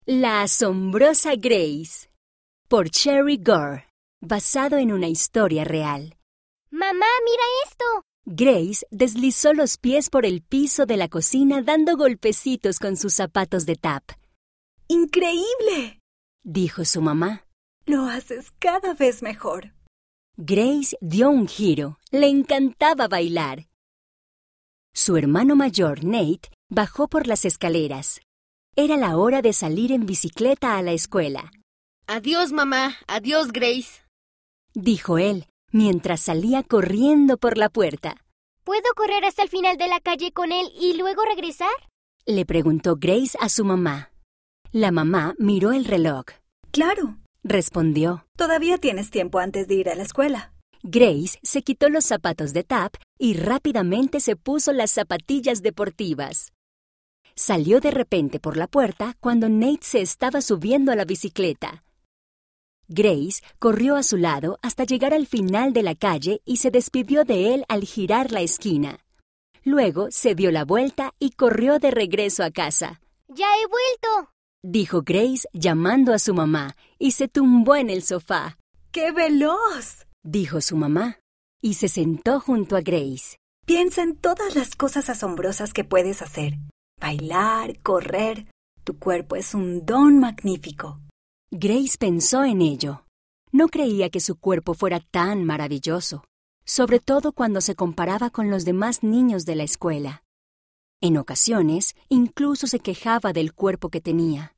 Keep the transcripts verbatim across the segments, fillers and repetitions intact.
La asombrosa Grace, por Cherry Gore, basado en una historia real. ¡Mamá, mira esto! Grace deslizó los pies por el piso de la cocina dando golpecitos con sus zapatos de tap. ¡Increíble!, dijo su mamá. Lo haces cada vez mejor. Grace dio un giro. Le encantaba bailar. Su hermano mayor, Nate, bajó por las escaleras. Era la hora de salir en bicicleta a la escuela. Adiós, mamá. Adiós, Grace, dijo él, mientras salía corriendo por la puerta. ¿Puedo correr hasta el final de la calle con él y luego regresar? Le preguntó Grace a su mamá. La mamá miró el reloj. Claro, respondió. Todavía tienes tiempo antes de ir a la escuela. Grace se quitó los zapatos de tap y rápidamente se puso las zapatillas deportivas. Salió de repente por la puerta cuando Nate se estaba subiendo a la bicicleta. Grace corrió a su lado hasta llegar al final de la calle y se despidió de él al girar la esquina. Luego se dio la vuelta y corrió de regreso a casa. ¡Ya he vuelto!, dijo Grace llamando a su mamá y se tumbó en el sofá. ¡Qué veloz!, dijo su mamá y se sentó junto a Grace. Piensa en todas las cosas asombrosas que puedes hacer. Bailar, correr. Tu cuerpo es un don magnífico. Grace pensó en ello. No creía que su cuerpo fuera tan maravilloso, sobre todo cuando se comparaba con los demás niños de la escuela. En ocasiones, incluso se quejaba del cuerpo que tenía.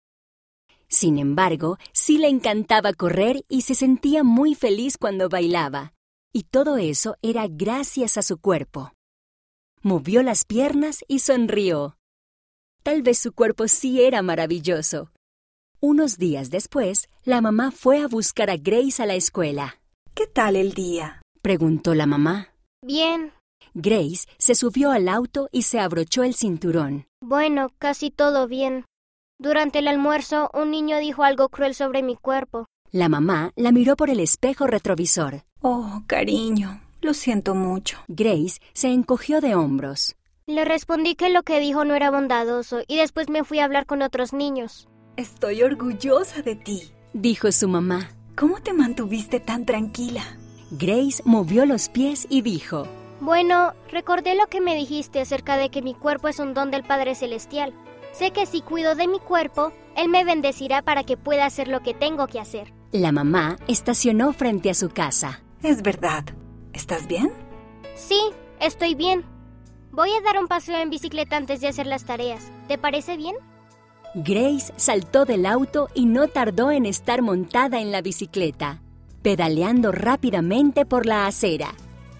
Sin embargo, sí le encantaba correr y se sentía muy feliz cuando bailaba, y todo eso era gracias a su cuerpo. Movió las piernas y sonrió. Tal vez su cuerpo sí era maravilloso. Unos días después, la mamá fue a buscar a Grace a la escuela. ¿Qué tal el día?, preguntó la mamá. Bien. Grace se subió al auto y se abrochó el cinturón. Bueno, casi todo bien. Durante el almuerzo, un niño dijo algo cruel sobre mi cuerpo. La mamá la miró por el espejo retrovisor. Oh, cariño, lo siento mucho. Grace se encogió de hombros. Le respondí que lo que dijo no era bondadoso y después me fui a hablar con otros niños. Estoy orgullosa de ti, dijo su mamá. ¿Cómo te mantuviste tan tranquila? Grace movió los pies y dijo: Bueno, recordé lo que me dijiste acerca de que mi cuerpo es un don del Padre Celestial. Sé que si cuido de mi cuerpo, Él me bendecirá para que pueda hacer lo que tengo que hacer. La mamá estacionó frente a su casa. Es verdad. ¿Estás bien? Sí, estoy bien. Voy a dar un paseo en bicicleta antes de hacer las tareas. ¿Te parece bien? Grace saltó del auto y no tardó en estar montada en la bicicleta, pedaleando rápidamente por la acera.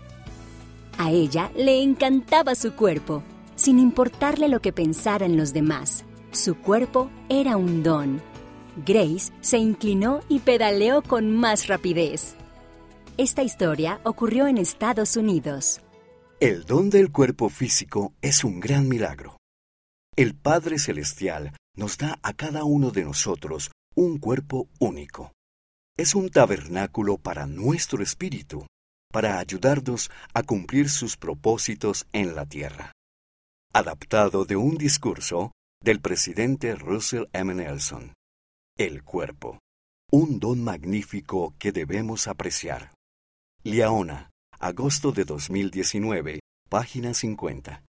A ella le encantaba su cuerpo, sin importarle lo que pensaran los demás. Su cuerpo era un don. Grace se inclinó y pedaleó con más rapidez. Esta historia ocurrió en Estados Unidos. El don del cuerpo físico es un gran milagro. El Padre Celestial nos da a cada uno de nosotros un cuerpo único. Es un tabernáculo para nuestro espíritu, para ayudarnos a cumplir sus propósitos en la tierra. Adaptado de un discurso del presidente Russell M. Nelson. El cuerpo, un don magnífico que debemos apreciar. Liaona, agosto de dos mil diecinueve, página cincuenta.